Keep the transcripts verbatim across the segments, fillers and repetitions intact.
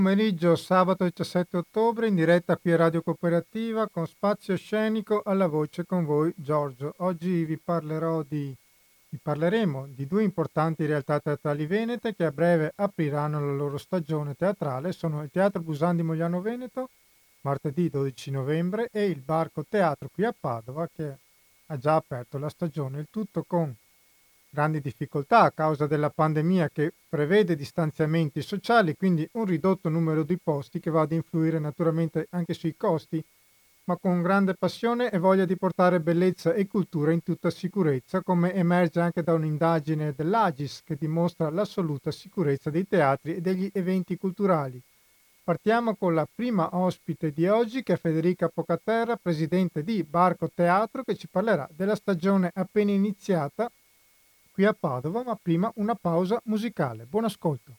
Pomeriggio sabato diciassette ottobre in diretta qui a Radio Cooperativa con Spazio Scenico, alla voce con voi Giorgio. Oggi vi parlerò di vi parleremo di due importanti realtà teatrali venete che a breve apriranno la loro stagione teatrale. Sono il Teatro Busan di Mogliano Veneto martedì dodici novembre e il Barco Teatro qui a Padova che ha già aperto la stagione, il tutto con grandi difficoltà a causa della pandemia che prevede distanziamenti sociali, quindi un ridotto numero di posti che va ad influire naturalmente anche sui costi, ma con grande passione e voglia di portare bellezza e cultura in tutta sicurezza, come emerge anche da un'indagine dell'Agis che dimostra l'assoluta sicurezza dei teatri e degli eventi culturali. Partiamo con la prima ospite di oggi, che è Federica Pocaterra, presidente di Barco Teatro, che ci parlerà della stagione appena iniziata qui a Padova, ma prima una pausa musicale. Buon ascolto.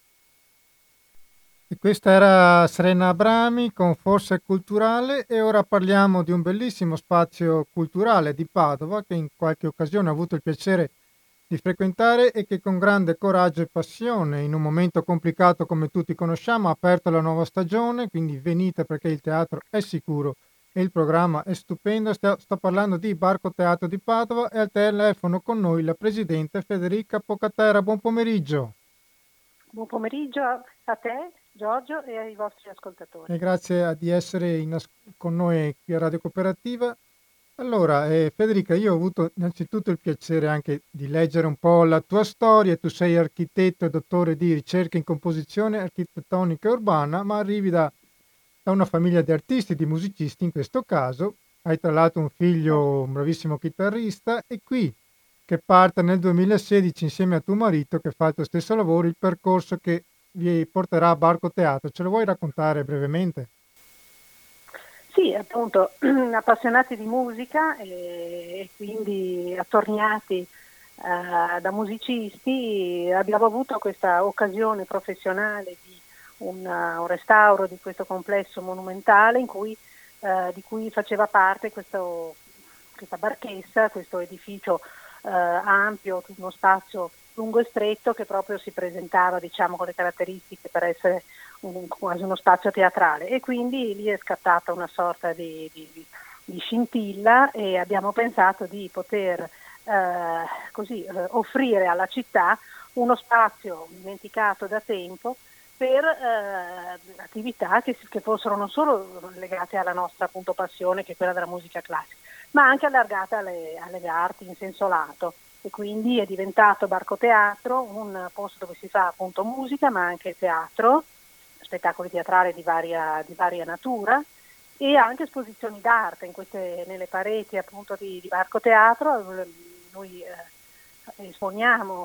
E questa era Serena Abrami con Forse Culturale e ora parliamo di un bellissimo spazio culturale di Padova che in qualche occasione ho avuto il piacere di frequentare e che con grande coraggio e passione, in un momento complicato come tutti conosciamo, ha aperto la nuova stagione, quindi venite perché il teatro è sicuro e il programma è stupendo. Sto, sto parlando di Barco Teatro di Padova e al telefono con noi la presidente Federica Pocaterra. Buon pomeriggio. Buon pomeriggio a te, Giorgio, e ai vostri ascoltatori. E grazie di essere in, con noi qui a Radio Cooperativa. Allora, eh, Federica, io ho avuto innanzitutto il piacere anche di leggere un po' la tua storia. Tu sei architetto e dottore di ricerca in composizione architettonica e urbana, ma arrivi da, da una famiglia di artisti, di musicisti in questo caso. Hai tra l'altro un figlio, un bravissimo chitarrista, e qui che parte nel duemilasedici insieme a tuo marito che fa il tuo stesso lavoro, il percorso che vi porterà a Barco Teatro. Ce lo vuoi raccontare brevemente? Sì, appunto, appassionati di musica e, e quindi attorniati eh, da musicisti, abbiamo avuto questa occasione professionale di un, un restauro di questo complesso monumentale in cui, eh, di cui faceva parte questo, questa barchessa, questo edificio eh, ampio, uno spazio lungo e stretto che proprio si presentava, diciamo, con le caratteristiche per essere un, quasi uno spazio teatrale, e quindi lì è scattata una sorta di, di, di scintilla e abbiamo pensato di poter eh, così eh, offrire alla città uno spazio dimenticato da tempo per eh, attività che, che fossero non solo legate alla nostra appunto passione, che è quella della musica classica, ma anche allargata alle, alle arti in senso lato. E quindi è diventato Barco Teatro un posto dove si fa appunto musica, ma anche teatro, spettacoli teatrali di varia, di varia natura e anche esposizioni d'arte in queste, nelle pareti appunto di, di Barco Teatro. Noi eh, esponiamo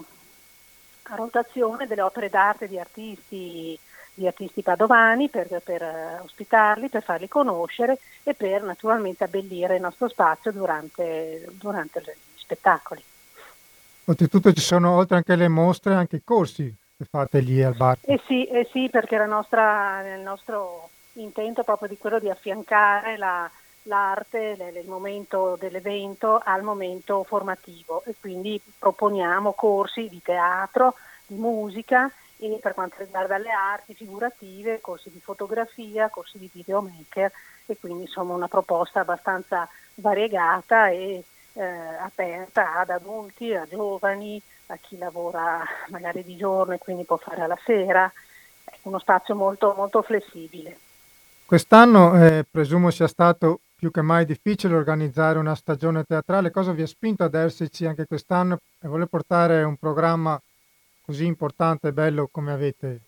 a rotazione delle opere d'arte di artisti, di artisti padovani per, per ospitarli, per farli conoscere e per naturalmente abbellire il nostro spazio durante, durante gli spettacoli. Oltretutto ci sono, oltre anche le mostre, anche i corsi che fate lì al Barco. Eh sì, eh sì, perché la nostra, il nostro intento è proprio di quello di affiancare la, l'arte, le, il momento dell'evento al momento formativo, e quindi proponiamo corsi di teatro, di musica e per quanto riguarda le arti figurative, corsi di fotografia, corsi di videomaker, e quindi insomma una proposta abbastanza variegata e eh, aperta ad adulti, a giovani, a chi lavora magari di giorno e quindi può fare alla sera, è uno spazio molto, molto flessibile. Quest'anno eh, presumo sia stato più che mai difficile organizzare una stagione teatrale. Cosa vi ha spinto ad esserci anche quest'anno e voler portare un programma così importante e bello come avete?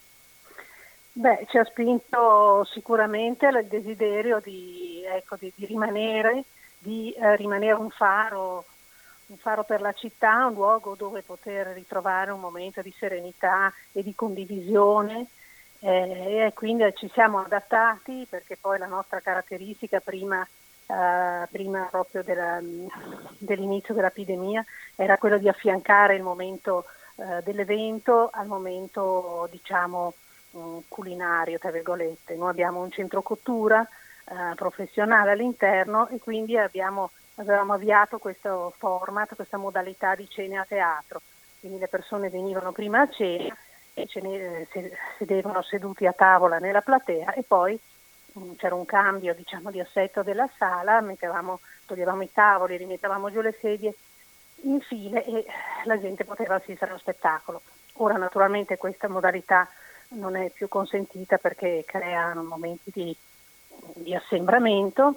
Beh, ci ha spinto sicuramente il desiderio di, ecco, di, di rimanere, di eh, rimanere un faro, un faro per la città, un luogo dove poter ritrovare un momento di serenità e di condivisione, eh, e quindi ci siamo adattati perché poi la nostra caratteristica prima, eh, prima proprio della, dell'inizio dell'epidemia era quello di affiancare il momento eh, dell'evento al momento, diciamo, culinario, tra virgolette. Noi abbiamo un centro cottura eh, professionale all'interno e quindi abbiamo, avevamo avviato questo format, questa modalità di cene a teatro, quindi le persone venivano prima a cena ce ne, se, sedevano seduti a tavola nella platea e poi mh, c'era un cambio, diciamo, di assetto della sala, mettevamo, toglievamo i tavoli, rimettevamo giù le sedie in file e la gente poteva assistere allo spettacolo. Ora naturalmente questa modalità non è più consentita perché crea momenti di, di assembramento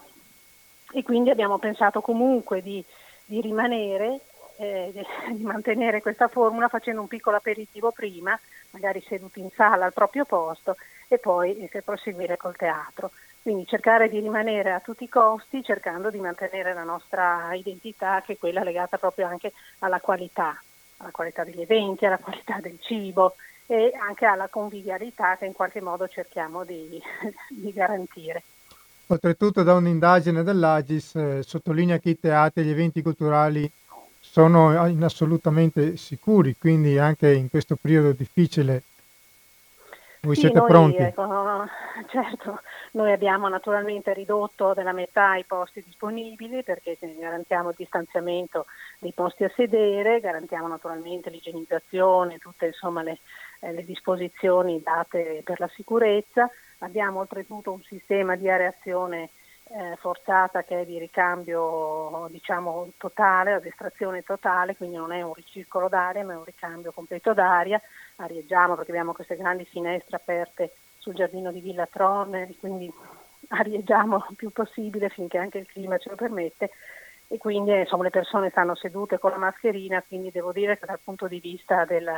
e quindi abbiamo pensato comunque di, di rimanere, eh, di mantenere questa formula facendo un piccolo aperitivo prima, magari seduti in sala al proprio posto e poi eh, proseguire col teatro. Quindi cercare di rimanere a tutti i costi, cercando di mantenere la nostra identità, che è quella legata proprio anche alla qualità, alla qualità degli eventi, alla qualità del cibo e anche alla convivialità che in qualche modo cerchiamo di, di garantire. Oltretutto da un'indagine dell'Agis eh, sottolinea che i teatri e gli eventi culturali sono in assolutamente sicuri, quindi anche in questo periodo difficile voi Sì, siete noi, pronti. ecco, certo, noi abbiamo naturalmente ridotto della metà i posti disponibili perché garantiamo il distanziamento dei posti a sedere, garantiamo naturalmente l'igienizzazione, tutte insomma le, eh, le disposizioni date per la sicurezza. Abbiamo oltretutto un sistema di areazione eh, forzata che è di ricambio diciamo totale, ad estrazione totale, quindi non è un ricircolo d'aria ma è un ricambio completo d'aria. Arieggiamo perché abbiamo queste grandi finestre aperte sul giardino di Villa Tron e quindi arieggiamo il più possibile finché anche il clima ce lo permette e quindi insomma le persone stanno sedute con la mascherina, quindi devo dire che dal punto di vista del,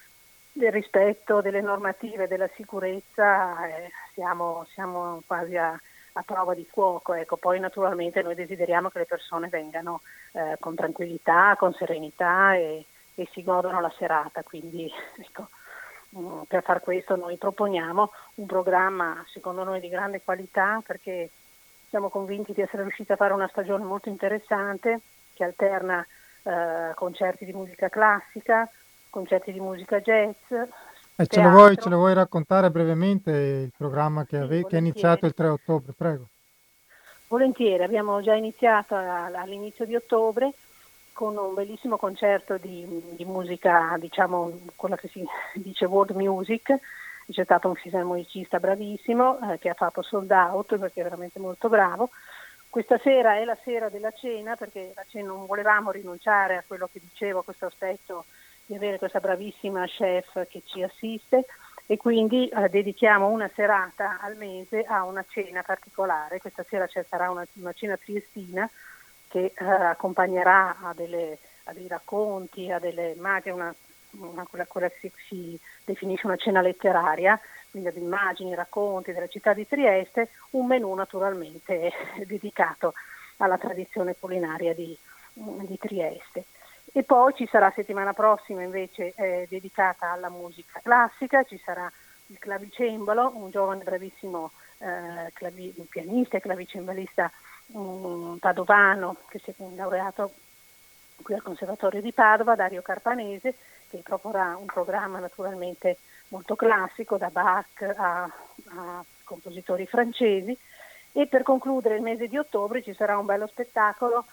del rispetto delle normative della sicurezza eh, siamo, siamo quasi a, a prova di fuoco. Ecco. Poi naturalmente noi desideriamo che le persone vengano eh, con tranquillità, con serenità e, e si godono la serata, quindi ecco, mh, per far questo noi proponiamo un programma secondo noi di grande qualità perché siamo convinti di essere riusciti a fare una stagione molto interessante che alterna eh, concerti di musica classica, concerti di musica jazz, E ce lo vuoi, ce teatro. lo vuoi raccontare brevemente il programma che, Sì, ave- che è iniziato volentieri. il tre ottobre, prego. Volentieri, abbiamo già iniziato a- all'inizio di ottobre con un bellissimo concerto di, di musica, diciamo quella che si dice world music. C'è stato un fisarmonicista bravissimo eh, che ha fatto sold out perché è veramente molto bravo. Questa sera è la sera della cena perché la cena non volevamo rinunciare a quello che dicevo, a questo aspetto di avere questa bravissima chef che ci assiste e quindi eh, dedichiamo una serata al mese a una cena particolare. Questa sera ci sarà una, una cena triestina che eh, accompagnerà a, delle, a dei racconti, a delle immagini, una, una, quella, quella che si, si definisce una cena letteraria, quindi ad immagini, racconti della città di Trieste, un menù naturalmente dedicato alla tradizione culinaria di, di Trieste. E poi ci sarà settimana prossima invece eh, dedicata alla musica classica, ci sarà il clavicembalo, un giovane bravissimo eh, clavi, pianista e clavicembalista um, padovano che si è laureato qui al Conservatorio di Padova, Dario Carpanese, che proporrà un programma naturalmente molto classico, da Bach a, a compositori francesi. E per concludere il mese di ottobre ci sarà un bello spettacolo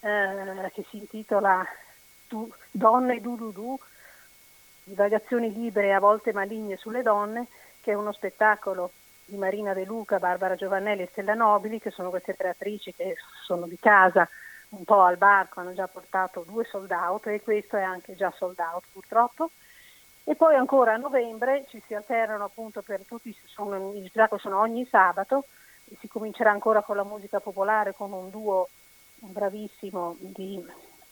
eh, che si intitola du, Donne du du du, divagazioni libere e a volte maligne sulle donne, che è uno spettacolo di Marina De Luca, Barbara Giovannelli e Stella Nobili, che sono queste tre attrici che sono di casa un po' al barco, hanno già portato due sold out e questo è anche già sold out purtroppo. E poi ancora a novembre ci si alternano appunto per tutti, sono, gli spettacoli sono ogni sabato e si comincerà ancora con la musica popolare con un duo bravissimo di,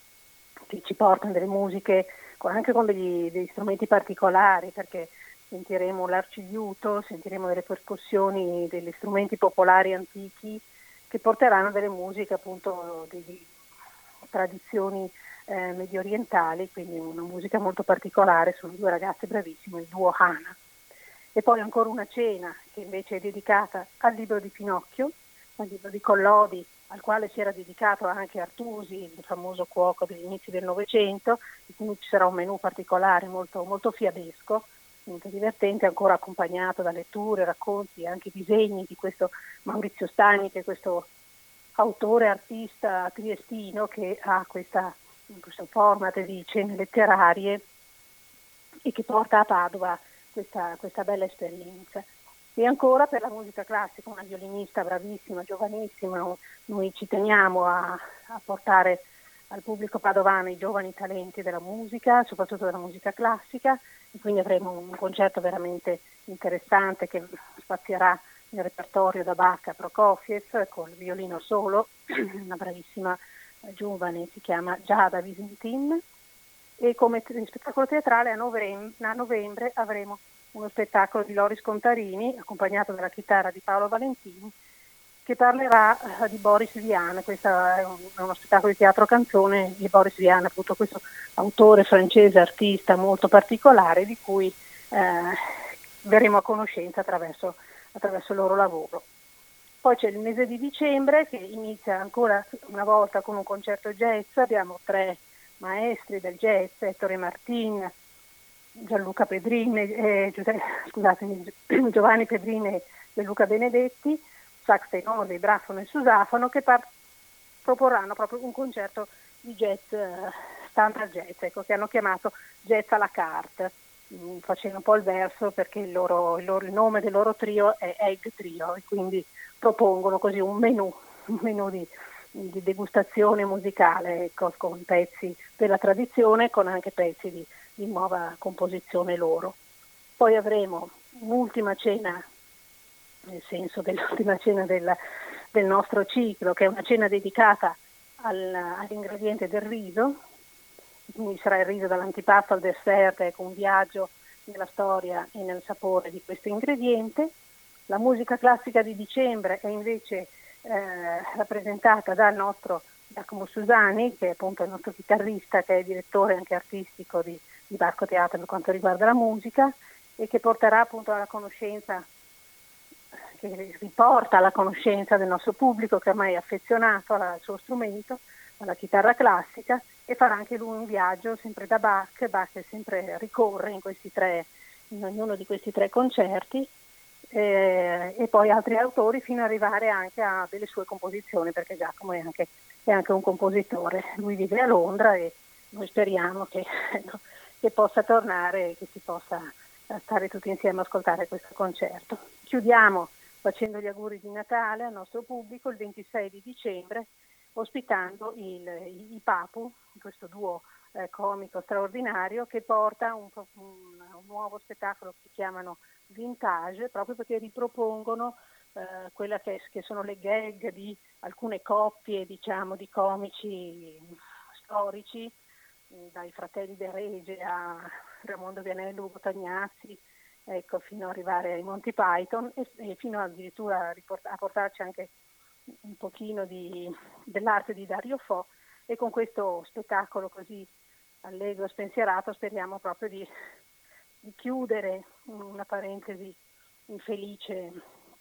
che ci portano delle musiche anche con degli, degli strumenti particolari perché sentiremo l'arcigliuto, sentiremo delle percussioni, degli strumenti popolari antichi che porteranno delle musiche appunto di tradizioni eh, medio orientali, quindi una musica molto particolare, sono due ragazze bravissime, il duo Hana. E poi ancora una cena che invece è dedicata al libro di Pinocchio, al libro di Collodi, al quale si era dedicato anche Artusi, il famoso cuoco degli inizi del Novecento, e quindi ci sarà un menù particolare molto, molto fiabesco, molto divertente, ancora accompagnato da letture, racconti e anche disegni di questo Maurizio Stagni, che è questo autore artista triestino che ha questa, questo format di cene letterarie e che porta a Padova questa, questa bella esperienza. E ancora per la musica classica, una violinista bravissima, giovanissima, noi ci teniamo a, a portare al pubblico padovano i giovani talenti della musica, soprattutto della musica classica, e quindi avremo un concerto veramente interessante che spazierà nel repertorio da Bach a Prokofiev con il violino solo, una bravissima giovane, si chiama Giada Visintin, e come spettacolo teatrale a novembre, a novembre avremo uno spettacolo di Loris Contarini accompagnato dalla chitarra di Paolo Valentini, che parlerà uh, di Boris Vian. Questo è, un, è uno spettacolo di teatro canzone di Boris Vian, appunto questo autore francese, artista molto particolare, di cui eh, verremo a conoscenza attraverso, attraverso il loro lavoro. Poi c'è il mese di dicembre che inizia ancora una volta con un concerto jazz. Abbiamo tre maestri del jazz, Ettore Martin, Gianluca Pedrin, eh, Giuseppe, scusate, Giovanni Pedrin e Gianluca Benedetti, sax tenore, vibrafono e susafono, che par- proporranno proprio un concerto di jazz, eh, standard jazz, ecco, che hanno chiamato jazz à la carte, mh, facendo un po' il verso perché il, loro, il, loro, il nome del loro trio è Egg Trio, e quindi propongono così un menù, un menù di, di degustazione musicale, ecco, con pezzi della tradizione, con anche pezzi di, di nuova composizione loro. Poi avremo un'ultima cena, nel senso dell'ultima cena del, del nostro ciclo, che è una cena dedicata al, all'ingrediente del riso, quindi sarà il riso dall'antipasto al dessert, ecco, un viaggio nella storia e nel sapore di questo ingrediente. La musica classica di dicembre è invece eh, rappresentata dal nostro Giacomo Susani, che è appunto il nostro chitarrista, che è direttore anche artistico di, di Barco Teatro per quanto riguarda la musica, e che porterà appunto alla conoscenza, che riporta alla conoscenza del nostro pubblico, che ormai è affezionato al suo strumento, alla chitarra classica, e farà anche lui un viaggio sempre da Bach. Bach sempre ricorre in questi tre, in ognuno di questi tre concerti, eh, e poi altri autori, fino ad arrivare anche a delle sue composizioni, perché Giacomo è anche, è anche un compositore. Lui vive a Londra e noi speriamo che, che possa tornare e che si possa stare tutti insieme a ascoltare questo concerto. Chiudiamo facendo gli auguri di Natale al nostro pubblico il ventisei di dicembre, ospitando il, i, i Papu, questo duo eh, comico straordinario, che porta un, un, un nuovo spettacolo che chiamano Vintage, proprio perché ripropongono eh, quella che, che sono le gag di alcune coppie, diciamo, di comici storici, dai fratelli De Rege a Raimondo Vianello, Ugo Tognazzi, ecco, fino ad arrivare ai Monty Python, e, e fino addirittura a, riport- a portarci anche un pochino di, dell'arte di Dario Fo. E con questo spettacolo così allegro, spensierato, speriamo proprio di, di chiudere una parentesi infelice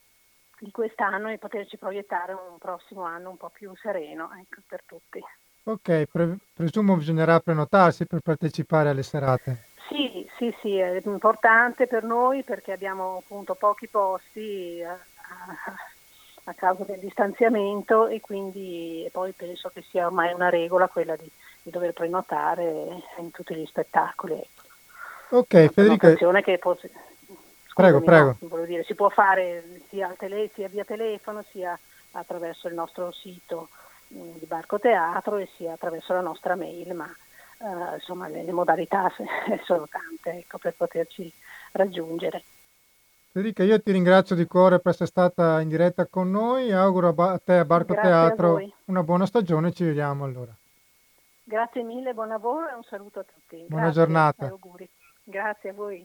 di quest'anno e poterci proiettare un prossimo anno un po' più sereno, ecco, per tutti. Ok, pre- presumo bisognerà prenotarsi per partecipare alle serate. Sì, sì, sì, è importante per noi perché abbiamo appunto pochi posti a, a, a causa del distanziamento, e quindi e poi penso che sia ormai una regola quella di, di dover prenotare in tutti gli spettacoli. Ecco. Ok, Una Federico, prenotazione che può, prego, scusami, prego. no, volevo dire, si può fare sia, al tele, sia via telefono, sia attraverso il nostro sito mh, di Barco Teatro, e sia attraverso la nostra mail, ma Uh, insomma le, le modalità sono tante, ecco, per poterci raggiungere. Federica, io ti ringrazio di cuore per essere stata in diretta con noi, auguro a, ba- a te a Barco Grazie a Teatro voi, una buona stagione, ci vediamo allora. grazie mille, buon lavoro e un saluto a tutti, Buona grazie e giornata. auguri, grazie a voi.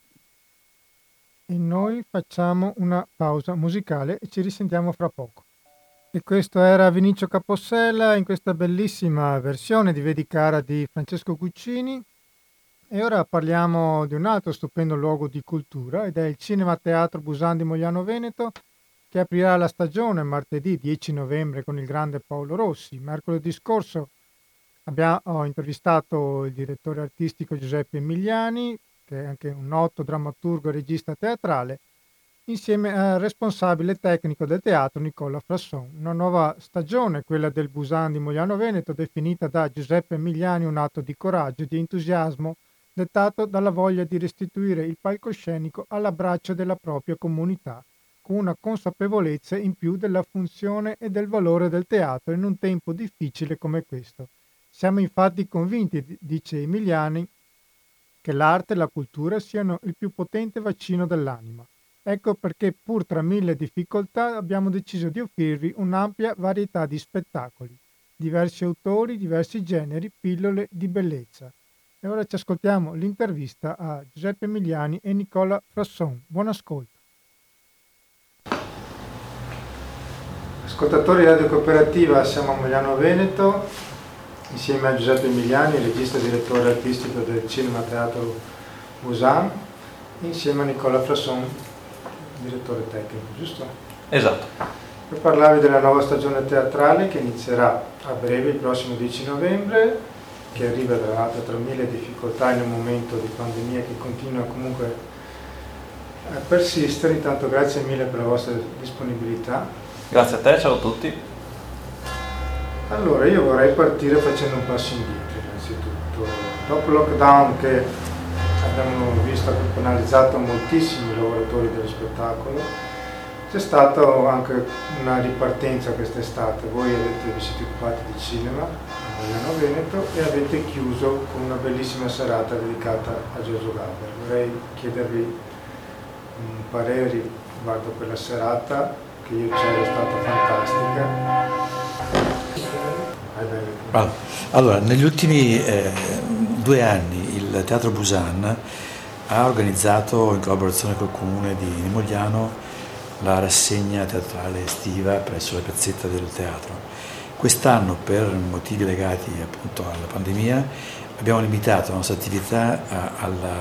E noi facciamo una pausa musicale e ci risentiamo fra poco. E questo era Vinicio Capossela in questa bellissima versione di Vedi Cara di Francesco Guccini. E ora parliamo di un altro stupendo luogo di cultura, ed è il Cinema Teatro Busan di Mogliano Veneto, che aprirà la stagione martedì dieci novembre con il grande Paolo Rossi. Mercoledì scorso abbiamo, ho intervistato il direttore artistico Giuseppe Emiliani, che è anche un noto drammaturgo e regista teatrale, insieme al responsabile tecnico del teatro Nicola Frasson. Una nuova stagione, quella del Busan di Mogliano Veneto, definita da Giuseppe Emiliani un atto di coraggio e di entusiasmo dettato dalla voglia di restituire il palcoscenico all'abbraccio della propria comunità, con una consapevolezza in più della funzione e del valore del teatro in un tempo difficile come questo. Siamo infatti convinti, dice Emiliani, che l'arte e la cultura siano il più potente vaccino dell'anima. Ecco perché, pur tra mille difficoltà, abbiamo deciso di offrirvi un'ampia varietà di spettacoli, diversi autori, diversi generi, pillole di bellezza. E ora ci ascoltiamo l'intervista a Giuseppe Emiliani e Nicola Frasson. Buon ascolto. Ascoltatori di Radio Cooperativa, siamo a Milano Veneto, insieme a Giuseppe Emiliani, regista e direttore artistico del Cinema Teatro Busan, insieme a Nicola Frasson, direttore tecnico, giusto? Esatto. Per parlarvi della nuova stagione teatrale che inizierà a breve, il prossimo dieci novembre, che arriva tra l'altro tra mille difficoltà in un momento di pandemia che continua comunque a persistere. Intanto grazie mille per la vostra disponibilità. Grazie a te, ciao a tutti. Allora, io vorrei partire facendo un passo indietro innanzitutto. Dopo il lockdown che abbiamo visto che ha penalizzato moltissimi lavoratori dello spettacolo, c'è stata anche una ripartenza quest'estate. Voi avete, vi siete occupati di cinema a Milano Veneto e avete chiuso con una bellissima serata dedicata a Giorgio Gaber. Vorrei chiedervi un parere riguardo quella serata, che io c'ero, è stata fantastica. Allora, negli ultimi eh, due anni il Teatro Busan ha organizzato, in collaborazione col Comune di Mogliano, la rassegna teatrale estiva presso la piazzetta del teatro. Quest'anno, per motivi legati appunto alla pandemia, abbiamo limitato la nostra attività a, alla,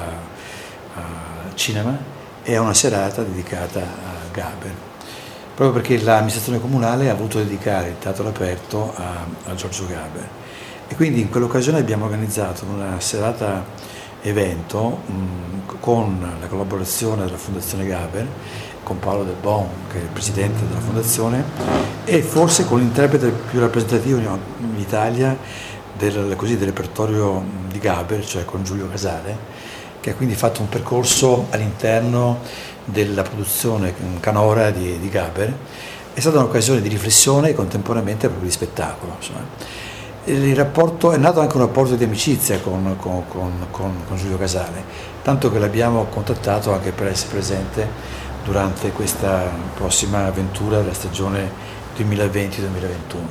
al cinema e a una serata dedicata a Gaber, proprio perché l'amministrazione comunale ha voluto dedicare il teatro all'aperto a, a Giorgio Gaber. E quindi in quell'occasione abbiamo organizzato una serata evento mh, con la collaborazione della Fondazione Gaber, con Paolo Del Bon, che è il presidente della fondazione, e forse con l'interprete più rappresentativo in Italia del, così, del repertorio di Gaber, cioè con Giulio Casale, che ha quindi fatto un percorso all'interno della produzione canora di, di Gaber. È stata un'occasione di riflessione e contemporaneamente proprio di spettacolo. Insomma. Il rapporto, è nato anche un rapporto di amicizia con, con, con, con, con Giulio Casale, tanto che l'abbiamo contattato anche per essere presente durante questa prossima avventura della stagione duemilaventi duemilaventuno.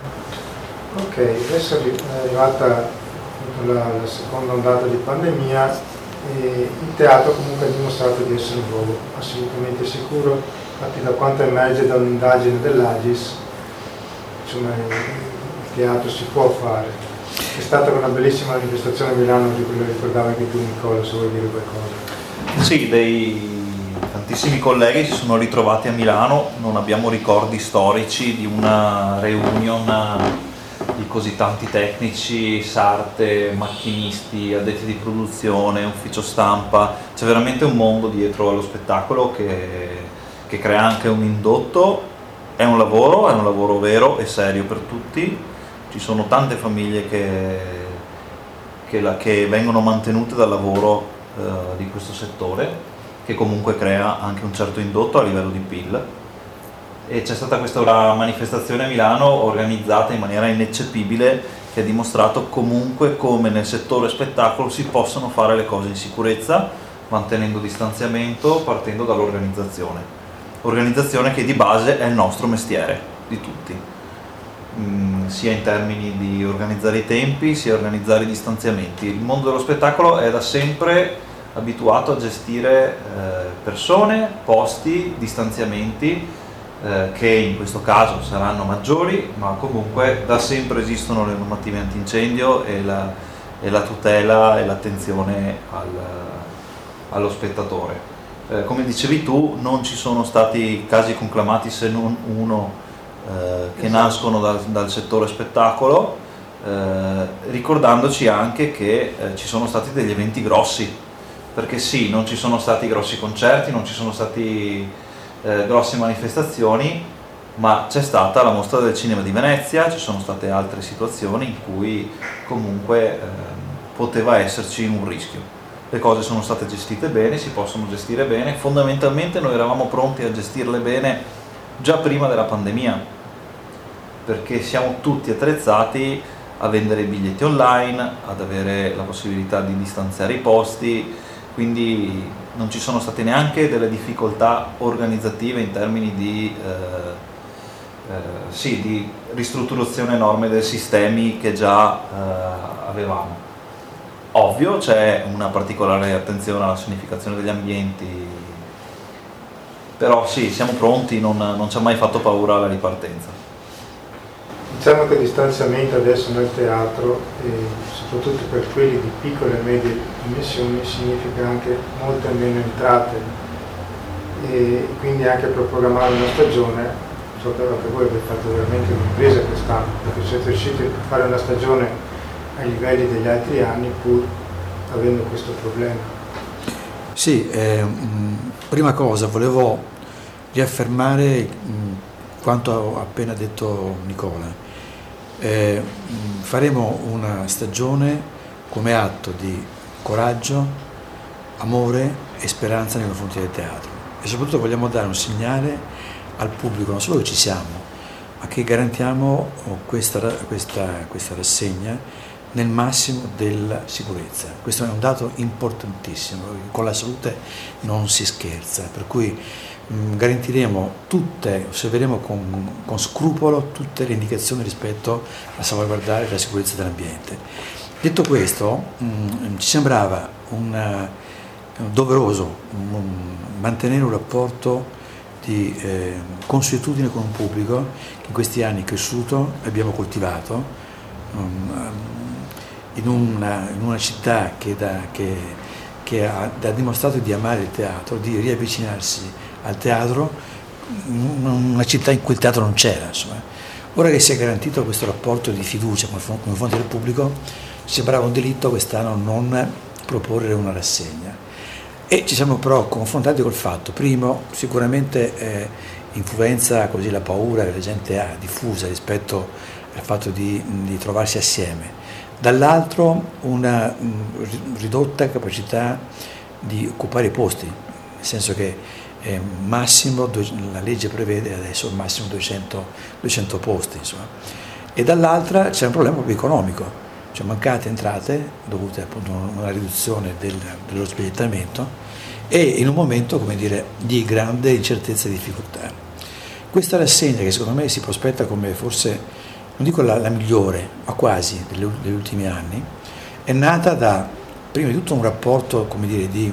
Ok, adesso è arrivata la, la seconda ondata di pandemia e il teatro comunque ha dimostrato di essere un luogo assolutamente sicuro. Infatti, da quanto emerge da un'indagine dell'Agis, insomma, il teatro si può fare. È stata una bellissima manifestazione a Milano, di cui lo ricordavi anche tu, Nicola, se vuoi dire qualcosa. Sì, dei tantissimi colleghi si sono ritrovati a Milano, non abbiamo ricordi storici di una reunion di così tanti tecnici, sarte, macchinisti, addetti di produzione, ufficio stampa. C'è veramente un mondo dietro allo spettacolo che, che crea anche un indotto. È un lavoro, è un lavoro vero e serio per tutti. Ci sono tante famiglie che, che, la, che vengono mantenute dal lavoro eh, di questo settore, che comunque crea anche un certo indotto a livello di P I L. E c'è stata questa manifestazione a Milano organizzata in maniera ineccepibile, che ha dimostrato comunque come nel settore spettacolo si possono fare le cose in sicurezza, mantenendo distanziamento, partendo dall'organizzazione. Organizzazione che di base è il nostro mestiere, di tutti, mm, sia in termini di organizzare i tempi, sia organizzare i distanziamenti. Il mondo dello spettacolo è da sempre abituato a gestire eh, persone, posti, distanziamenti eh, che in questo caso saranno maggiori, ma comunque da sempre esistono le normative antincendio e la, e la tutela e l'attenzione al, allo spettatore. Eh, come dicevi tu, non ci sono stati casi conclamati se non uno eh, che nascono dal, dal settore spettacolo, eh, ricordandoci anche che eh, ci sono stati degli eventi grossi. Perché sì, non ci sono stati grossi concerti, non ci sono stati eh, grosse manifestazioni, ma c'è stata la Mostra del Cinema di Venezia, ci sono state altre situazioni in cui comunque eh, poteva esserci un rischio. Le cose sono state gestite bene, si possono gestire bene, fondamentalmente noi eravamo pronti a gestirle bene già prima della pandemia, perché siamo tutti attrezzati a vendere i biglietti online, ad avere la possibilità di distanziare i posti, quindi non ci sono state neanche delle difficoltà organizzative in termini di, eh, eh, sì, di ristrutturazione enorme dei sistemi che già eh, avevamo. Ovvio c'è una particolare attenzione alla sanificazione degli ambienti, però sì, siamo pronti, non, non ci ha mai fatto paura la ripartenza. Diciamo che il distanziamento adesso nel teatro, eh, soprattutto per quelli di piccole e medie dimensioni, significa anche molte meno entrate, e quindi anche per programmare una stagione, so che anche voi avete fatto veramente un'impresa quest'anno, perché siete riusciti a fare una stagione ai livelli degli altri anni pur avendo questo problema. Sì, eh, mh, prima cosa volevo riaffermare mh, quanto ha appena detto Nicola. Eh, mh, faremo una stagione come atto di coraggio, amore e speranza nei confronti del teatro, e soprattutto vogliamo dare un segnale al pubblico, non solo che ci siamo, ma che garantiamo questa, questa, questa rassegna nel massimo della sicurezza. Questo è un dato importantissimo, con la salute non si scherza, per cui mh, garantiremo tutte, osserveremo con, con scrupolo tutte le indicazioni rispetto a salvaguardare la sicurezza dell'ambiente. Detto questo, mh, ci sembrava una, doveroso mh, mantenere un rapporto di eh, consuetudine con un pubblico che in questi anni è cresciuto, abbiamo coltivato, um, in, una, in una città che, da, che, che ha, ha dimostrato di amare il teatro, di riavvicinarsi al teatro, una città in cui il teatro non c'era. Insomma. Ora che si è garantito questo rapporto di fiducia con i confronti del pubblico, ci sembrava un delitto quest'anno non proporre una rassegna. E ci siamo però confrontati col fatto, primo, sicuramente eh, influenza così la paura che la gente ha diffusa rispetto al fatto di, di trovarsi assieme, dall'altro una mh, ridotta capacità di occupare i posti, nel senso che eh, massimo, la legge prevede adesso massimo duecento, duecento posti, insomma. E dall'altra c'è un problema proprio economico. Cioè mancate entrate dovute appunto a una riduzione del, dello sbigliettamento e in un momento, come dire, di grande incertezza e difficoltà. Questa rassegna, che secondo me si prospetta come forse, non dico la, la migliore, ma quasi degli, degli ultimi anni, è nata da, prima di tutto, un rapporto, come dire, di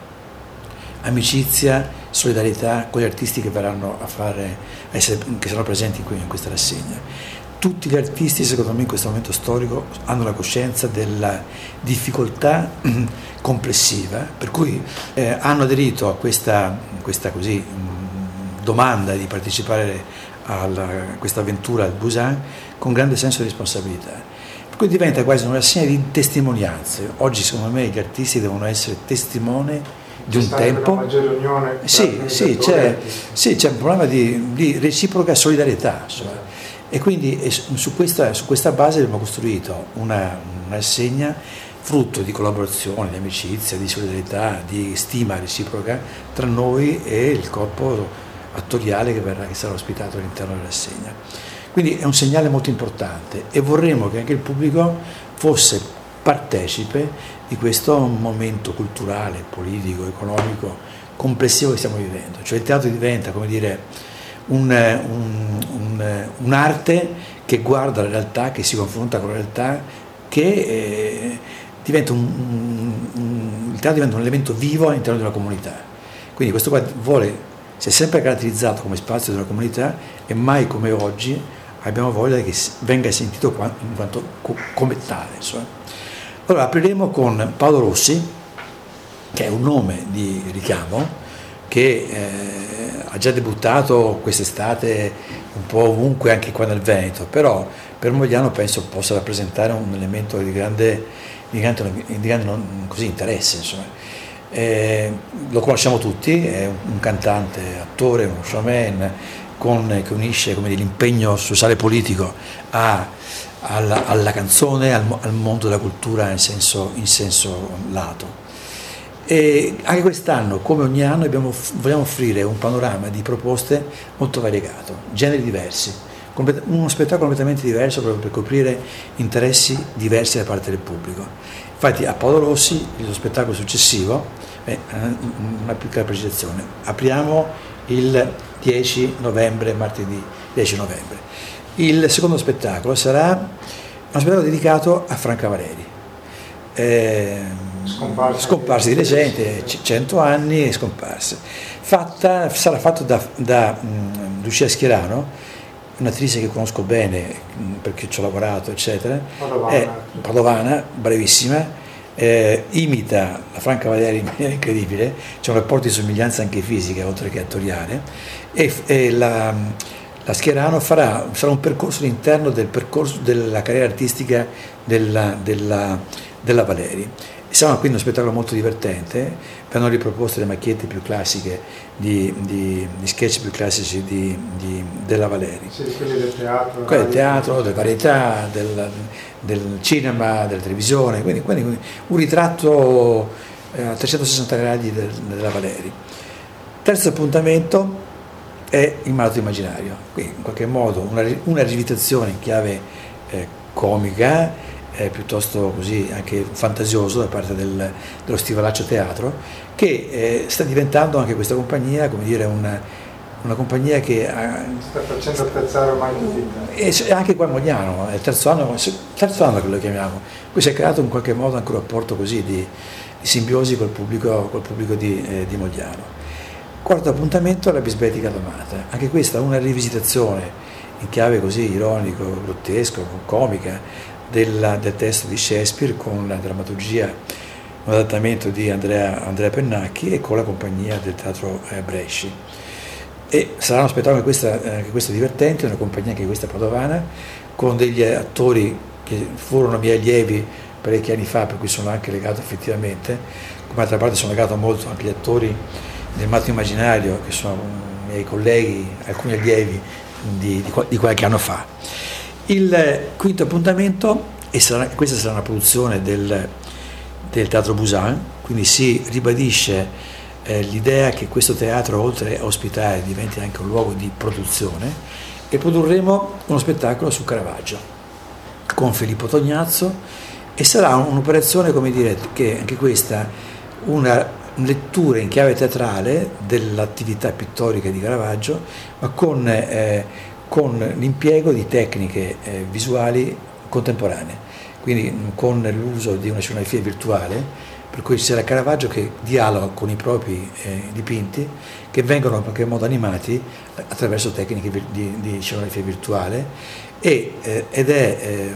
amicizia, solidarietà con gli artisti che verranno a fare, a essere, che saranno presenti qui in questa rassegna. Tutti gli artisti, secondo me, in questo momento storico hanno la coscienza della difficoltà complessiva, per cui eh, hanno aderito a questa, questa così, mh, domanda di partecipare a questa avventura al Busan con grande senso di responsabilità. Per cui diventa quasi una rassegna di testimonianze. Oggi, secondo me, gli artisti devono essere testimoni di un tempo. Una maggiore unione. Sì, sì, c'è, sì, c'è un problema di, di reciproca solidarietà. Insomma. E quindi su questa, su questa base abbiamo costruito una, una rassegna frutto di collaborazione, di amicizia, di solidarietà, di stima reciproca tra noi e il corpo attoriale che, verrà, che sarà ospitato all'interno della rassegna. Quindi è un segnale molto importante e vorremmo che anche il pubblico fosse partecipe di questo momento culturale, politico, economico, complessivo che stiamo vivendo. Cioè il teatro diventa, come dire, Un, un, un, un'arte che guarda la realtà, che si confronta con la realtà, che eh, diventa un, un, il teatro diventa un elemento vivo all'interno di una comunità. Quindi questo qua vuole, si è sempre caratterizzato come spazio di una comunità e mai come oggi abbiamo voglia che venga sentito in quanto come tale. Insomma. Allora apriremo con Paolo Rossi, che è un nome di richiamo, che eh, ha già debuttato quest'estate un po' ovunque, anche qua nel Veneto, però per Mogliano penso possa rappresentare un elemento di grande, di grande, di grande così, interesse. Insomma. Eh, lo conosciamo tutti, è un cantante, attore, uno showman, con, che unisce come dire, l'impegno sociale politico a, alla, alla canzone, al, al mondo della cultura in senso, in senso lato. E anche quest'anno, come ogni anno, abbiamo, vogliamo offrire un panorama di proposte molto variegato, generi diversi, uno spettacolo completamente diverso proprio per coprire interessi diversi da parte del pubblico. Infatti a Paolo Rossi, il suo spettacolo successivo, beh, una piccola precisazione, apriamo il dieci novembre, martedì dieci novembre. Il secondo spettacolo sarà uno spettacolo dedicato a Franca Valeri, eh, scomparsa, scomparsa di recente, cento anni, scomparsa. Fatta, sarà fatto da, da um, Lucia Schierano, un'attrice che conosco bene perché ci ho lavorato, eccetera, Padovana, è padovana, bravissima, eh, imita la Franca Valeri in maniera incredibile, c'è un rapporto di somiglianza anche fisica oltre che attoriale, e, e la, la Schierano farà, sarà un percorso all'interno del percorso della carriera artistica della, della, della Valeri. Sarà quindi uno spettacolo molto divertente, verranno riproposte le macchiette più classiche, di, di, di sketch più classici di, di, della Valeri. Sì, quelli del teatro. Quelli del teatro, delle varietà, del, del cinema, della televisione, quindi, quindi un ritratto a trecentosessanta gradi del, della Valeri. Terzo appuntamento è il Malato Immaginario, quindi in qualche modo una, una rivisitazione in chiave eh, comica, Eh, piuttosto così anche fantasioso da parte del, dello Stivalaccio Teatro, che eh, sta diventando anche questa compagnia, come dire, una, una compagnia che ha, sta facendo apprezzare ormai tutti. E anche qua a Mogliano, è il terzo anno, terzo anno che lo chiamiamo, qui si è creato in qualche modo anche un rapporto così di, di simbiosi col pubblico, col pubblico di, eh, di Mogliano. Quarto appuntamento è la Bisbetica Domata, anche questa una rivisitazione in chiave così ironico, grottesco, comica, Della, del testo di Shakespeare, con la drammaturgia, un adattamento di Andrea, Andrea Pennacchi e con la compagnia del Teatro eh, Bresci. E sarà uno spettacolo anche questo, anche questo divertente, una compagnia anche questa padovana, con degli attori che furono miei allievi parecchi anni fa, per cui sono anche legato effettivamente, come d'altra parte sono legato molto anche agli attori del Malato Immaginario, che sono miei colleghi, alcuni allievi di, di, di qualche anno fa. Il quinto appuntamento, e sarà, questa sarà una produzione del, del Teatro Busan, quindi si ribadisce eh, l'idea che questo teatro, oltre a ospitare, diventi anche un luogo di produzione, e produrremo uno spettacolo su Caravaggio con Filippo Tognazzo, e sarà un'operazione, come dire, che anche questa una lettura in chiave teatrale dell'attività pittorica di Caravaggio, ma con eh, con l'impiego di tecniche eh, visuali contemporanee, quindi con l'uso di una scenografia virtuale, per cui c'era Caravaggio che dialoga con i propri eh, dipinti, che vengono in qualche modo animati attraverso tecniche di, di scenografia virtuale, e, eh, ed è eh,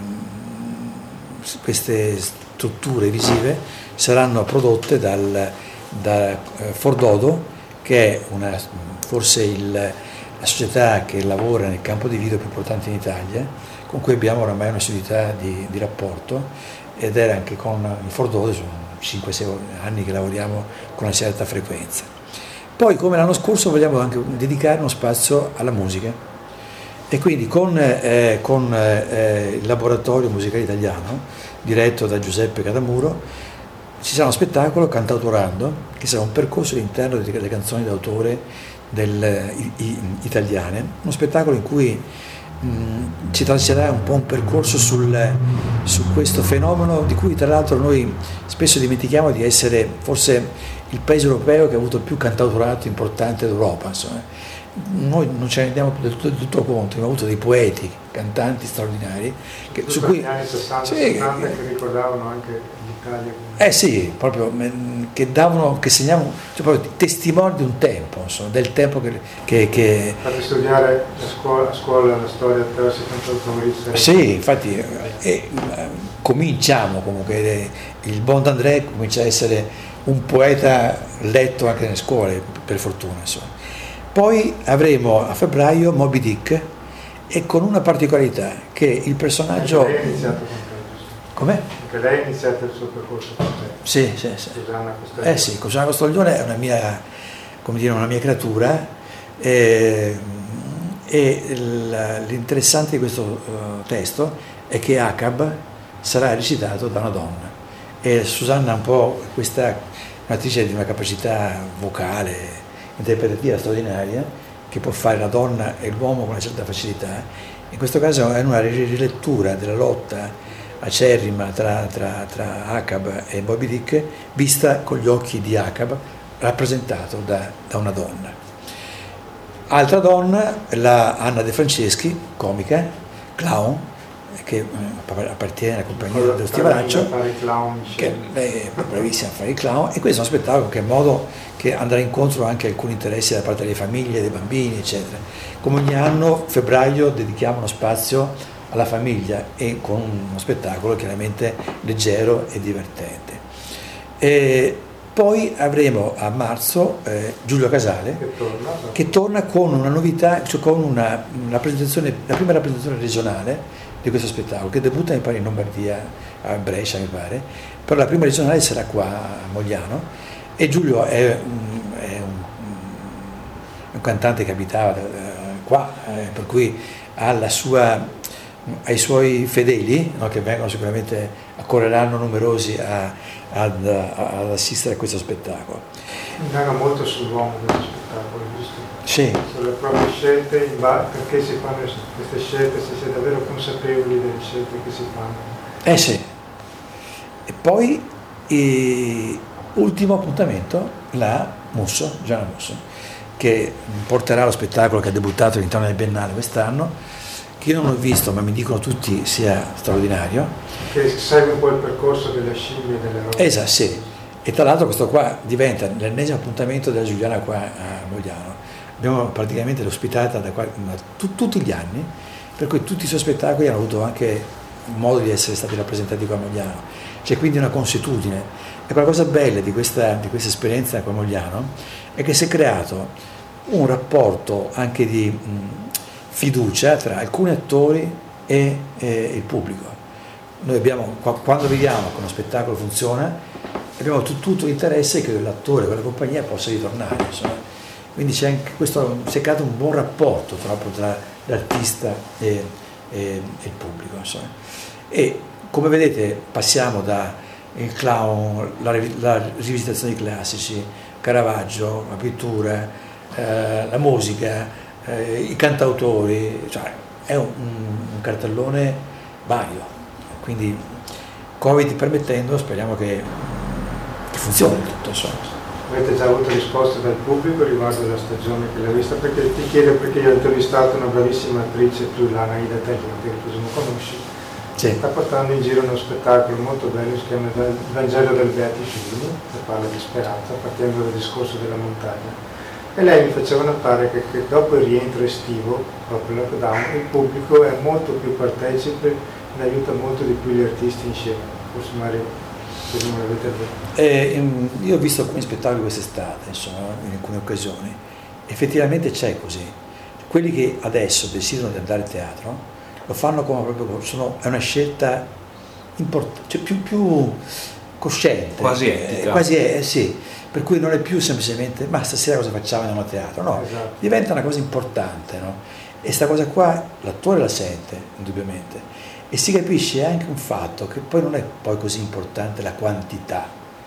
queste strutture visive saranno prodotte dal, da eh, Fordodo, che è una, forse il la società che lavora nel campo di video più importante in Italia, con cui abbiamo oramai una solidità di, di rapporto, ed era anche con il Fordodo, sono cinque sei anni che lavoriamo con una certa frequenza. Poi, come l'anno scorso, vogliamo anche dedicare uno spazio alla musica, e quindi con, eh, con eh, il Laboratorio Musicale Italiano, diretto da Giuseppe Cadamuro, ci sarà uno spettacolo Cantautorando, che sarà un percorso all'interno delle canzoni d'autore Del, i, i, italiane, uno spettacolo in cui mh, ci traccerà un po' un percorso sul, su questo fenomeno, di cui tra l'altro noi spesso dimentichiamo di essere forse il paese europeo che ha avuto il più cantautorato importante d'Europa. Insomma, noi non ce ne rendiamo del tutto, del tutto conto, abbiamo avuto dei poeti, cantanti straordinari che, su cui, negli anni sessanta sì, settanta, che ricordavano anche l'Italia. Eh sì, proprio che davano, che segnavano, cioè proprio testimoni di un tempo, insomma, del tempo che... che, che... Fate studiare a scuola, a scuola la storia attraverso i cantautori. Sì, infatti eh, eh, cominciamo comunque, il Bondandré comincia a essere un poeta letto anche nelle scuole, per fortuna, insomma. Poi avremo a febbraio Moby Dick, e con una particolarità, che il personaggio... È iniziato con Come? Anche lei ha iniziato il suo percorso con te. Sì, sì, sì. Susanna Costaglione. Eh sì, Susanna Costaglione è una mia, come dire, una mia creatura, e, e l'interessante di questo uh, testo è che Acab sarà recitato da una donna, e Susanna è un po' questa un'attrice di una capacità vocale, interpretativa straordinaria, che può fare la donna e l'uomo con una certa facilità. In questo caso è una rilettura della lotta acerrima tra, tra, tra Acab e Moby Dick, vista con gli occhi di Acab, rappresentato da, da una donna. Altra donna, la Anna De Franceschi, comica, clown, che appartiene alla compagnia dello Stivalaccio, che lei è bravissima a fare il clown, e questo è uno spettacolo in che modo che andrà incontro anche a alcuni interessi da parte delle famiglie, dei bambini, eccetera. Come ogni anno, febbraio, dedichiamo uno spazio alla famiglia, e con uno spettacolo chiaramente leggero e divertente. E poi avremo a marzo eh, Giulio Casale, che torna, che torna con una novità, cioè con una, una presentazione, la prima rappresentazione regionale di questo spettacolo, che debutta mi pare in Lombardia, a Brescia mi pare, però la prima regionale sarà qua a Mogliano, e Giulio è un, è un, un cantante che abitava eh, qua, eh, per cui ha la sua, ai suoi fedeli, no, che vengono sicuramente, accorreranno numerosi a, ad, ad assistere a questo spettacolo. Indaga molto sull'uomo questo spettacolo, giusto? Sì. Sulle proprie scelte, perché si fanno queste scelte, se si è davvero consapevoli delle scelte che si fanno. Eh sì. E poi, eh, ultimo appuntamento, la Musso, Gianna Musso, che porterà lo spettacolo che ha debuttato all'interno del Biennale quest'anno, che io non ho visto, ma mi dicono tutti sia straordinario. Che segue un po' il percorso delle scimmie e delle robe. Esatto, sì. E tra l'altro questo qua diventa l'ennesimo appuntamento della Giuliana qua a Mogliano. Abbiamo praticamente l'ospitata da, qua, da tu, tutti gli anni, per cui tutti i suoi spettacoli hanno avuto anche modo di essere stati rappresentati qua a Mogliano. C'è quindi una consuetudine. E la cosa bella di questa, di questa esperienza qua a Mogliano è che si è creato un rapporto anche di mh, fiducia tra alcuni attori e, e il pubblico. Noi abbiamo, quando vediamo che uno spettacolo funziona, abbiamo tutto, tutto l'interesse che l'attore, quella compagnia possa ritornare, insomma. Quindi c'è anche questo, si è creato un buon rapporto troppo tra l'artista e, e, e il pubblico, insomma. E come vedete passiamo da il clown, la, la rivisitazione dei classici, Caravaggio, la pittura, eh, la musica, eh, i cantautori, cioè è un, un cartellone vario, quindi Covid permettendo speriamo che, che funzioni tutto, insomma. Avete già avuto risposte dal pubblico riguardo alla stagione che l'ha vista? Perché ti chiedo, perché io ho intervistato una bravissima attrice friulana, Ida Taglioni, che presumo conosci, sì. Sta portando in giro uno spettacolo molto bello, si chiama Il Vangelo del Beatifigli, che parla di speranza, partendo dal discorso della montagna. E lei mi faceva notare che, che dopo il rientro estivo, dopo il lockdown, il pubblico è molto più partecipe e aiuta molto di più gli artisti in scena. Forse Mario, se non l'avete detto. Eh, io ho visto alcuni spettacoli quest'estate, insomma, in alcune occasioni. Effettivamente c'è così. Quelli che adesso decidono di andare a teatro lo fanno come proprio, sono, è una scelta import- cioè più, più cosciente. Quasi etica. Eh, quasi è, sì. Per cui non è più semplicemente, ma stasera cosa facciamo, andiamo a teatro, no, esatto. Diventa una cosa importante, no? E sta cosa qua l'attore la sente, indubbiamente, e si capisce anche un fatto che poi non è poi così importante la quantità,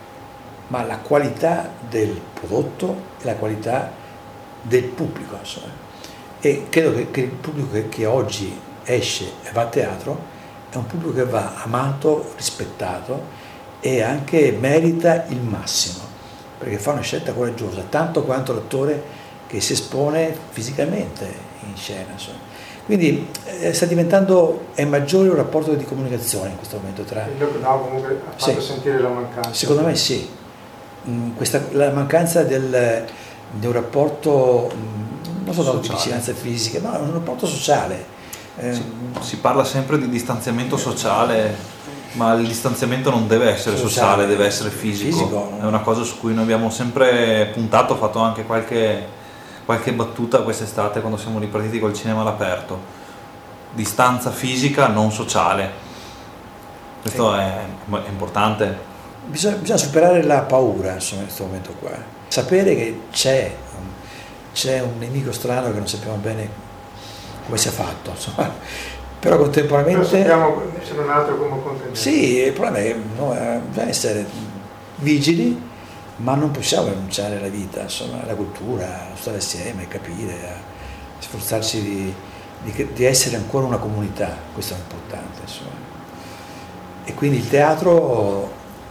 ma la qualità del prodotto e la qualità del pubblico, insomma. E credo che, che il pubblico che, che oggi esce e va a teatro è un pubblico che va amato, rispettato e anche merita il massimo, perché fa una scelta coraggiosa, tanto quanto l'attore che si espone fisicamente in scena, insomma. Quindi eh, sta diventando, è maggiore un rapporto di comunicazione in questo momento tra... Il lockdown comunque ha fatto sì. Sentire la mancanza. Secondo me sì, mm, questa, la mancanza del, di un rapporto, mm, non soltanto di vicinanza fisica, ma un rapporto sociale. Eh, si, si parla sempre di distanziamento sociale, ma il distanziamento non deve essere sociale, sociale deve essere fisico. fisico no? È una cosa su cui noi abbiamo sempre puntato, ho fatto anche qualche, qualche battuta quest'estate quando siamo ripartiti col cinema all'aperto. Distanza fisica, non sociale. Questo è, è importante. Bisogna, bisogna superare la paura, insomma, in questo momento qua. Sapere che c'è, c'è un nemico strano che non sappiamo bene come sia fatto, insomma. Però contemporaneamente... Però sappiamo se non altro come contenere. Sì, il problema è no, bisogna essere vigili, ma non possiamo rinunciare alla vita, insomma, alla cultura, a stare assieme, a capire, a sforzarci di, di, di essere ancora una comunità, questo è importante, insomma. E quindi il teatro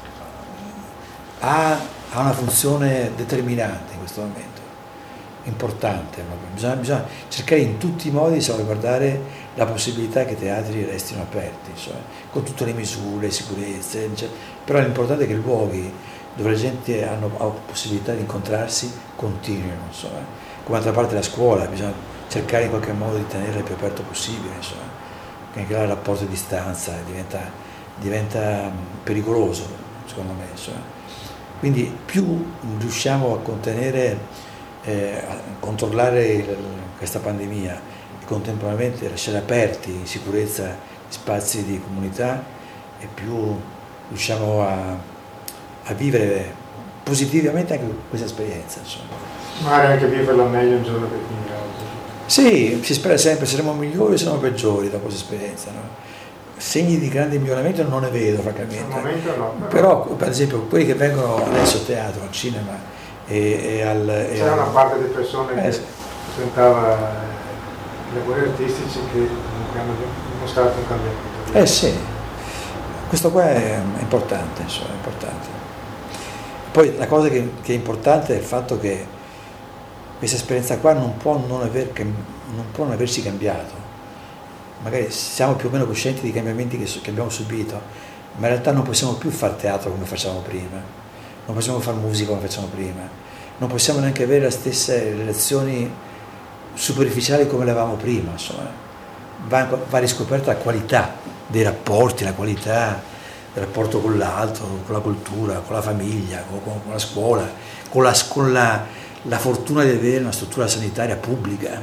ha, ha una funzione determinante in questo momento, importante, bisogna, bisogna cercare in tutti i modi di salvaguardare la possibilità che i teatri restino aperti, insomma, con tutte le misure, sicurezze, però l'importante è che i luoghi dove la gente hanno, ha possibilità di incontrarsi continuino, insomma. Come d'altra parte la scuola, bisogna cercare in qualche modo di tenerla il più aperto possibile, insomma, anche là il rapporto di distanza diventa, diventa pericoloso, secondo me, insomma. Quindi più riusciamo a contenere, eh, a controllare il, questa pandemia e contemporaneamente lasciare aperti in sicurezza spazi di comunità, e più riusciamo a a vivere positivamente anche questa esperienza, insomma. Magari anche viverla meglio un giorno che finirà oggi. Sì, si spera sempre, saremo migliori o saremo peggiori dopo questa esperienza, no? Segni di grande miglioramento non ne vedo, francamente. Al momento no. Però, però per esempio, quelli che vengono adesso a teatro, al cinema e, e al... C'è e una al... parte delle persone eh, che sì. presentava i lavori artistici che comunque hanno dimostrato un cambiamento. Eh sì, questo qua è importante, insomma, è importante. Poi la cosa che, che è importante è il fatto che questa esperienza qua non può non, aver, non può non averci cambiato. Magari siamo più o meno coscienti dei cambiamenti che, che abbiamo subito, ma in realtà non possiamo più fare teatro come facciamo prima, non possiamo fare musica come facciamo prima, non possiamo neanche avere le stesse relazioni superficiali come le avevamo prima, insomma. Va, va riscoperta la qualità dei rapporti, la qualità il rapporto con l'altro, con la cultura, con la famiglia, con, con la scuola, con, la, con la, la fortuna di avere una struttura sanitaria pubblica,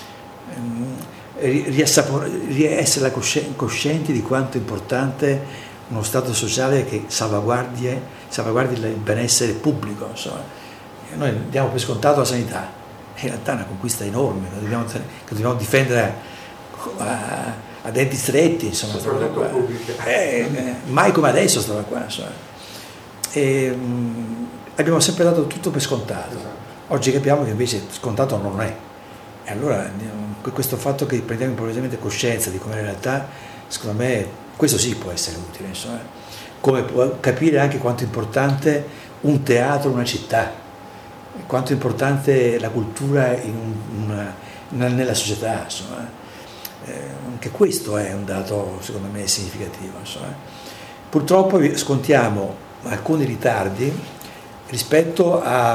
essere coscienti di quanto è importante uno Stato sociale che salvaguardi, salvaguardi il benessere pubblico. Insomma. Noi diamo per scontato la sanità, in realtà è una conquista enorme, che dobbiamo, che dobbiamo difendere a, a denti stretti, insomma, soprattutto pubbliche. Eh, eh, mai come adesso stava qua, insomma. E, mh, abbiamo sempre dato tutto per scontato. Esatto. Oggi capiamo che invece scontato non è. E allora questo fatto che prendiamo improvvisamente coscienza di come è la realtà, secondo me questo sì può essere utile, insomma. Come può capire anche quanto è importante un teatro, una città, quanto è importante la cultura in una, una, nella società, insomma. Eh, anche questo è un dato secondo me significativo, insomma. Purtroppo scontiamo alcuni ritardi rispetto a,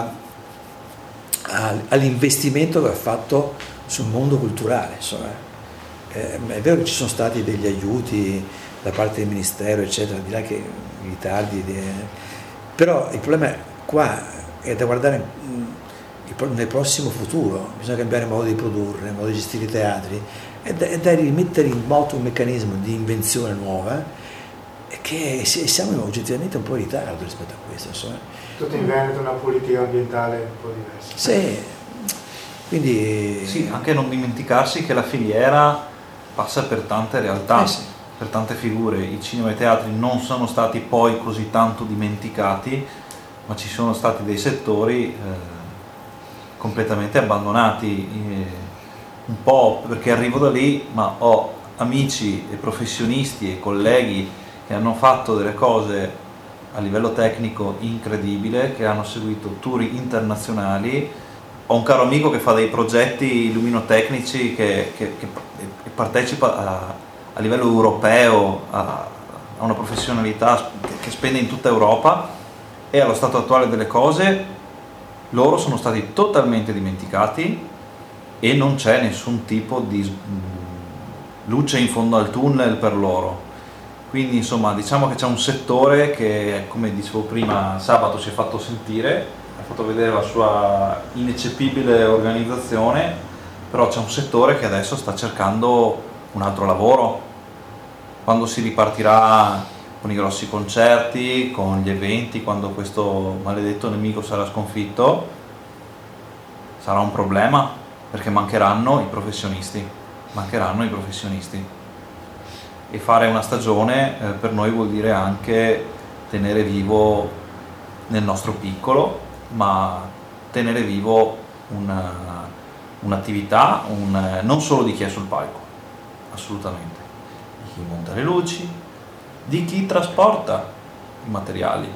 a, all'investimento che ha fatto sul mondo culturale, insomma. Eh, è vero che ci sono stati degli aiuti da parte del ministero eccetera, di là che i ritardi di, però il problema qua è da guardare nel prossimo futuro, bisogna cambiare il modo di produrre, il modo di gestire i teatri, è da, è da rimettere in moto un meccanismo di invenzione nuova, che siamo oggettivamente un po' in ritardo rispetto a questo, insomma. Tutto in Veneto una politica ambientale un po' diversa. Sì, quindi... Sì, anche non dimenticarsi che la filiera passa per tante realtà, eh sì. per tante figure. I cinema e i teatri non sono stati poi così tanto dimenticati, ma ci sono stati dei settori eh, completamente abbandonati, eh, un po' perché arrivo da lì, ma ho amici e professionisti e colleghi che hanno fatto delle cose a livello tecnico incredibile, che hanno seguito tour internazionali. Ho un caro amico che fa dei progetti luminotecnici che, che, che partecipa a, a livello europeo a, a una professionalità che, che spende in tutta Europa, e allo stato attuale delle cose loro sono stati totalmente dimenticati e non c'è nessun tipo di luce in fondo al tunnel per loro. Quindi insomma diciamo che c'è un settore che, come dicevo prima, sabato si è fatto sentire, ha fatto vedere la sua ineccepibile organizzazione, però c'è un settore che adesso sta cercando un altro lavoro. Quando si ripartirà con i grossi concerti, con gli eventi, quando questo maledetto nemico sarà sconfitto, sarà un problema, perché mancheranno i professionisti, mancheranno i professionisti. E fare una stagione eh, per noi vuol dire anche tenere vivo nel nostro piccolo, ma tenere vivo una, un'attività, un, non solo di chi è sul palco, assolutamente, di chi monta le luci, di chi trasporta i materiali.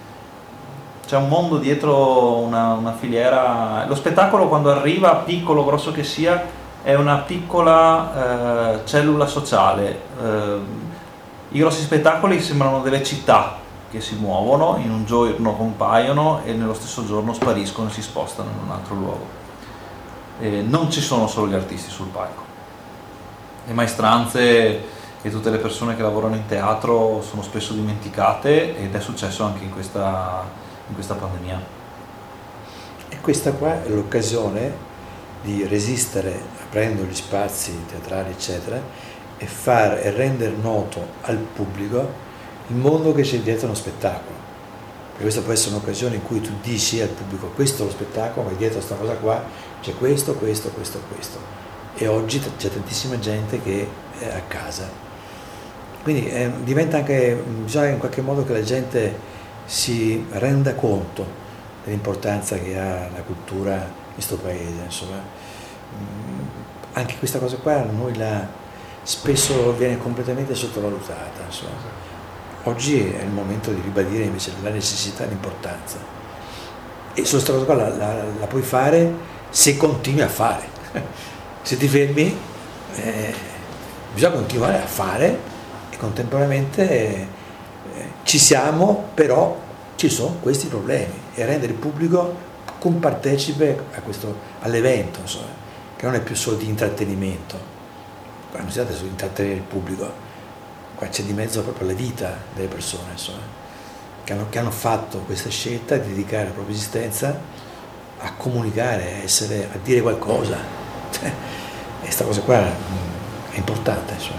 C'è un mondo dietro, una, una filiera. Lo spettacolo, quando arriva, piccolo o grosso che sia, è una piccola eh, cellula sociale. Eh, I grossi spettacoli sembrano delle città che si muovono, in un giorno compaiono e nello stesso giorno spariscono e si spostano in un altro luogo. Eh, non ci sono solo gli artisti sul palco. Le maestranze e tutte le persone che lavorano in teatro sono spesso dimenticate, ed è successo anche in questa, in questa pandemia. E questa qua è l'occasione di resistere aprendo gli spazi teatrali eccetera e far e rendere noto al pubblico il mondo che c'è dietro uno spettacolo. Perché questa può essere un'occasione in cui tu dici al pubblico: questo è lo spettacolo, ma dietro questa cosa qua c'è questo, questo, questo, questo. E oggi c'è tantissima gente che è a casa. Quindi eh, diventa anche, bisogna in qualche modo che la gente si renda conto dell'importanza che ha la cultura in questo paese, insomma. Anche questa cosa qua noi la spesso viene completamente sottovalutata, insomma. Oggi è il momento di ribadire invece la necessità e l'importanza. E su questa cosa qua la, la, la puoi fare se continui a fare. Se ti fermi, eh, bisogna continuare a fare e contemporaneamente eh, ci siamo, però ci sono questi problemi, e rendere il pubblico compartecipe a questo, all'evento, insomma, che non è più solo di intrattenimento. Qua non si tratta solo di intrattenere il pubblico, qua c'è di mezzo proprio la vita delle persone, insomma, che hanno, che hanno fatto questa scelta di dedicare la propria esistenza a comunicare, a, essere, a dire qualcosa. E questa cosa qua è importante, insomma.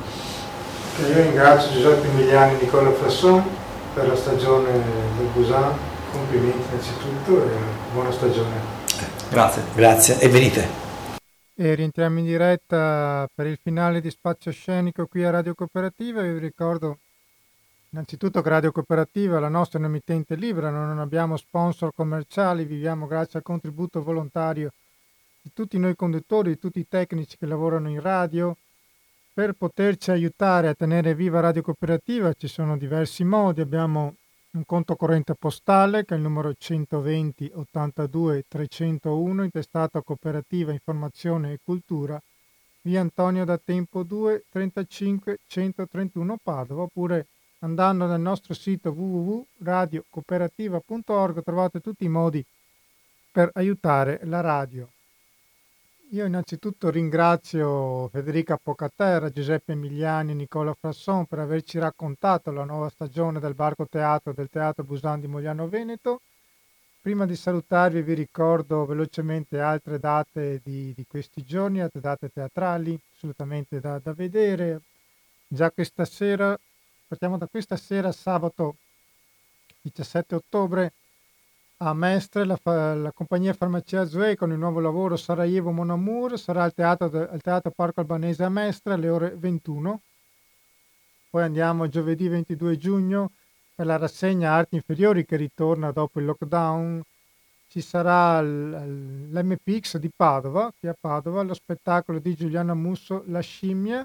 Io ringrazio Giuseppe Emiliani e Nicola Frasson per la stagione del Busan, complimenti innanzitutto e buona stagione. Grazie. Grazie e venite. E rientriamo in diretta per il finale di Spazio Scenico qui a Radio Cooperativa. Io vi ricordo innanzitutto che Radio Cooperativa è la nostra emittente libera, non abbiamo sponsor commerciali, viviamo grazie al contributo volontario di tutti noi conduttori, di tutti i tecnici che lavorano in radio. Per poterci aiutare a tenere viva Radio Cooperativa ci sono diversi modi. Abbiamo un conto corrente postale che è il numero centoventi ottantadue trecentouno, intestato a Cooperativa Informazione e Cultura, via Antonio da Tempo due, trentacinque centotrentuno Padova, oppure andando nel nostro sito w w w punto radio cooperativa punto org trovate tutti i modi per aiutare la radio. Io innanzitutto ringrazio Federica Pocaterra, Giuseppe Emiliani e Nicola Frasson per averci raccontato la nuova stagione del Barco Teatro del Teatro Busan di Mogliano Veneto. Prima di salutarvi vi ricordo velocemente altre date di, di questi giorni, altre date teatrali assolutamente da, da vedere. Già questa sera, partiamo da questa sera, sabato diciassette ottobre, a Mestre, la, la compagnia Farmacia Zoe con il nuovo lavoro Sarajevo Mon Amour sarà al teatro, al teatro Parco Albanese a Mestre alle ore ventuno. Poi andiamo giovedì ventidue giugno per la rassegna Arti Inferiori che ritorna dopo il lockdown. Ci sarà l'M P X di Padova, qui a Padova, lo spettacolo di Giuliano Musso La Scimmia.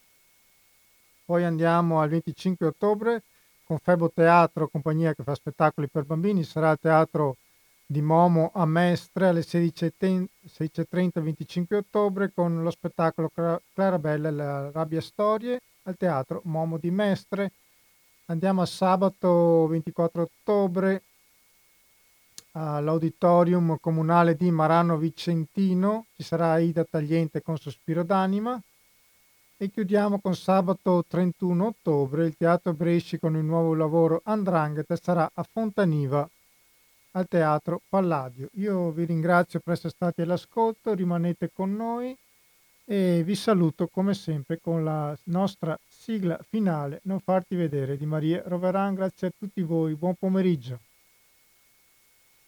Poi andiamo al venticinque ottobre con Febo Teatro, compagnia che fa spettacoli per bambini, sarà al teatro di Momo a Mestre alle sedici e trenta venticinque ottobre con lo spettacolo Clarabella e la Rabbia Storie al teatro Momo di Mestre. Andiamo a sabato ventiquattro ottobre all'Auditorium Comunale di Marano Vicentino, ci sarà Ida Tagliente con Sospiro d'Anima. E chiudiamo con sabato trentuno ottobre il Teatro Bresci con il nuovo lavoro Andrangheta, sarà a Fontaniva al Teatro Palladio. Io vi ringrazio per essere stati all'ascolto, rimanete con noi e vi saluto come sempre con la nostra sigla finale, Non farti vedere, di Maria Roveran. Grazie a tutti voi, buon pomeriggio.